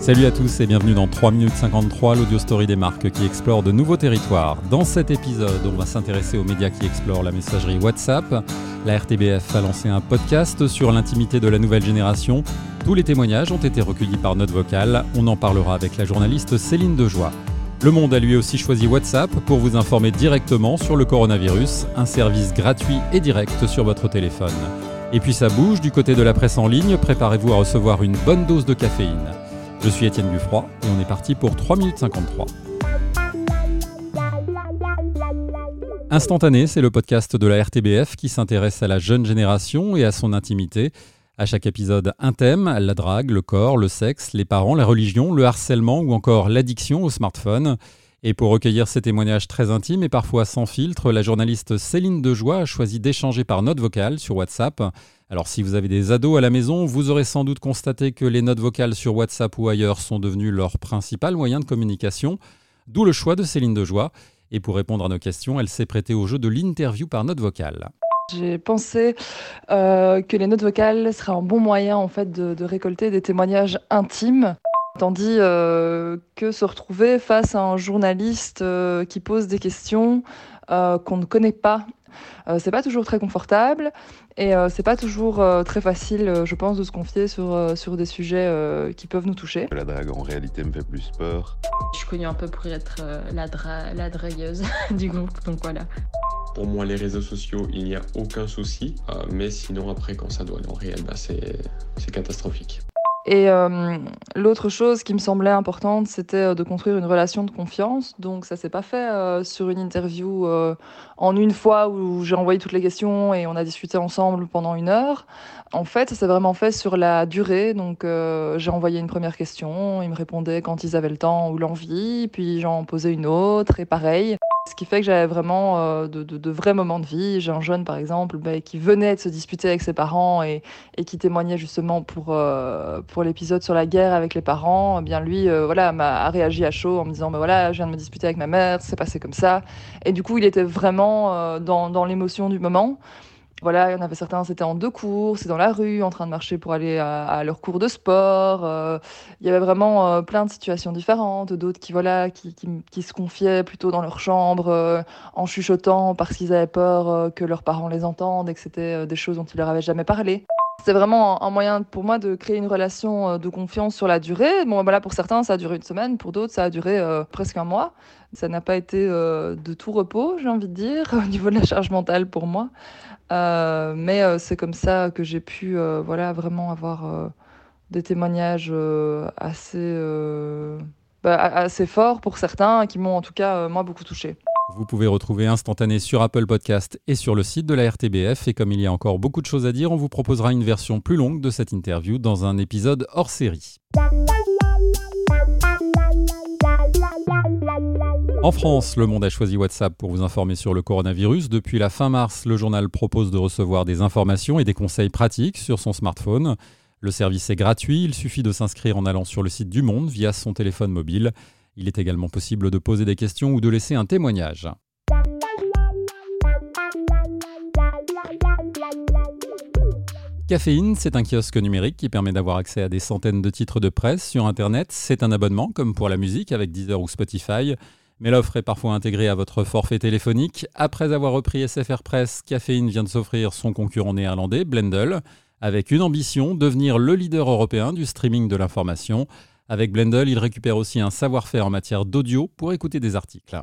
Salut à tous et bienvenue dans 3 minutes 53, l'audio story des marques qui explorent de nouveaux territoires. Dans cet épisode, on va s'intéresser aux médias qui explorent la messagerie WhatsApp. La RTBF a lancé un podcast sur l'intimité de la nouvelle génération. Tous les témoignages ont été recueillis par Note Vocale. On en parlera avec la journaliste Céline Dejoie. Le Monde a lui aussi choisi WhatsApp pour vous informer directement sur le coronavirus, un service gratuit et direct sur votre téléphone. Et puis ça bouge du côté de la presse en ligne, préparez-vous à recevoir une bonne dose de caféine. Je suis Étienne Buffroy et on est parti pour 3 minutes 53. Instantané, c'est le podcast de la RTBF qui s'intéresse à la jeune génération et à son intimité. À chaque épisode, un thème, la drague, le corps, le sexe, les parents, la religion, le harcèlement ou encore l'addiction au smartphone. Et pour recueillir ces témoignages très intimes et parfois sans filtre, la journaliste Céline Dejoie a choisi d'échanger par note vocale sur WhatsApp. Alors si vous avez des ados à la maison, vous aurez sans doute constaté que les notes vocales sur WhatsApp ou ailleurs sont devenues leur principal moyen de communication. D'où le choix de Céline Dejoie. Et pour répondre à nos questions, elle s'est prêtée au jeu de l'interview par note vocale. J'ai pensé que les notes vocales seraient un bon moyen en fait, de récolter des témoignages intimes. Tandis que se retrouver face à un journaliste qui pose des questions qu'on ne connaît pas, c'est pas toujours très confortable et c'est pas toujours très facile, je pense, de se confier sur des sujets qui peuvent nous toucher. La drague en réalité me fait plus peur. Je suis connue un peu pour être la dragueuse du groupe, donc voilà. Pour moi, les réseaux sociaux, il n'y a aucun souci, mais sinon après quand ça doit aller en réel, c'est catastrophique. Et l'autre chose qui me semblait importante, c'était de construire une relation de confiance. Donc ça s'est pas fait sur une interview en une fois où j'ai envoyé toutes les questions et on a discuté ensemble pendant 1 heure. En fait, ça s'est vraiment fait sur la durée. Donc j'ai envoyé une première question, ils me répondaient quand ils avaient le temps ou l'envie, puis j'en posais une autre et pareil. Ce qui fait que j'avais vraiment de vrais moments de vie. J'ai un jeune, par exemple, qui venait de se disputer avec ses parents et qui témoignait justement pour l'épisode sur la guerre avec les parents. Eh bien, lui, a réagi à chaud en me disant je viens de me disputer avec ma mère, c'est passé comme ça. Et du coup, il était vraiment dans l'émotion du moment. Voilà, il y en avait certains, c'était en 2 cours, c'est dans la rue, en train de marcher pour aller à leur cours de sport. Il y avait vraiment plein de situations différentes, d'autres qui se confiaient plutôt dans leur chambre en chuchotant parce qu'ils avaient peur que leurs parents les entendent et que c'était des choses dont ils leur avaient jamais parlé. C'est vraiment un moyen pour moi de créer une relation de confiance sur la durée. Bon, voilà, pour certains, ça a duré 1 semaine, pour d'autres, ça a duré presque 1 mois. Ça n'a pas été de tout repos, j'ai envie de dire, au niveau de la charge mentale pour moi. Mais c'est comme ça que j'ai pu vraiment avoir des témoignages assez forts pour certains, qui m'ont en tout cas, moi, beaucoup touchée. Vous pouvez retrouver Instantané sur Apple Podcast et sur le site de la RTBF. Et comme il y a encore beaucoup de choses à dire, on vous proposera une version plus longue de cette interview dans un épisode hors série. En France, Le Monde a choisi WhatsApp pour vous informer sur le coronavirus. Depuis la fin mars, le journal propose de recevoir des informations et des conseils pratiques sur son smartphone. Le service est gratuit, il suffit de s'inscrire en allant sur le site du Monde via son téléphone mobile. Il est également possible de poser des questions ou de laisser un témoignage. Caféine, c'est un kiosque numérique qui permet d'avoir accès à des centaines de titres de presse sur Internet. C'est un abonnement, comme pour la musique avec Deezer ou Spotify. Mais l'offre est parfois intégrée à votre forfait téléphonique. Après avoir repris SFR Press, Caféine vient de s'offrir son concurrent néerlandais, Blendle, avec une ambition, devenir le leader européen du streaming de l'information. Avec Blendle, il récupère aussi un savoir-faire en matière d'audio pour écouter des articles.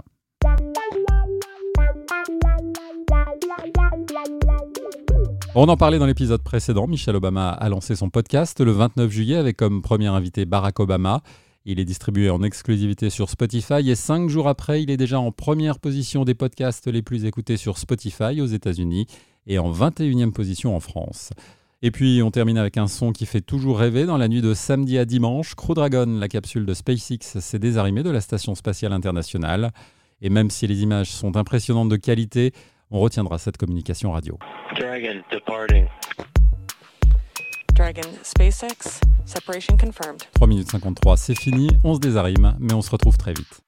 On en parlait dans l'épisode précédent, Michelle Obama a lancé son podcast le 29 juillet avec comme premier invité Barack Obama. Il est distribué en exclusivité sur Spotify et 5 jours après, il est déjà en première position des podcasts les plus écoutés sur Spotify aux États-Unis et en 21e position en France. Et puis, on termine avec un son qui fait toujours rêver. Dans la nuit de samedi à dimanche, Crew Dragon, la capsule de SpaceX, s'est désarrimée de la Station spatiale internationale. Et même si les images sont impressionnantes de qualité, on retiendra cette communication radio. Dragon departing. Dragon, SpaceX, separation confirmed. 3 minutes 53, c'est fini, on se désarrime, mais on se retrouve très vite.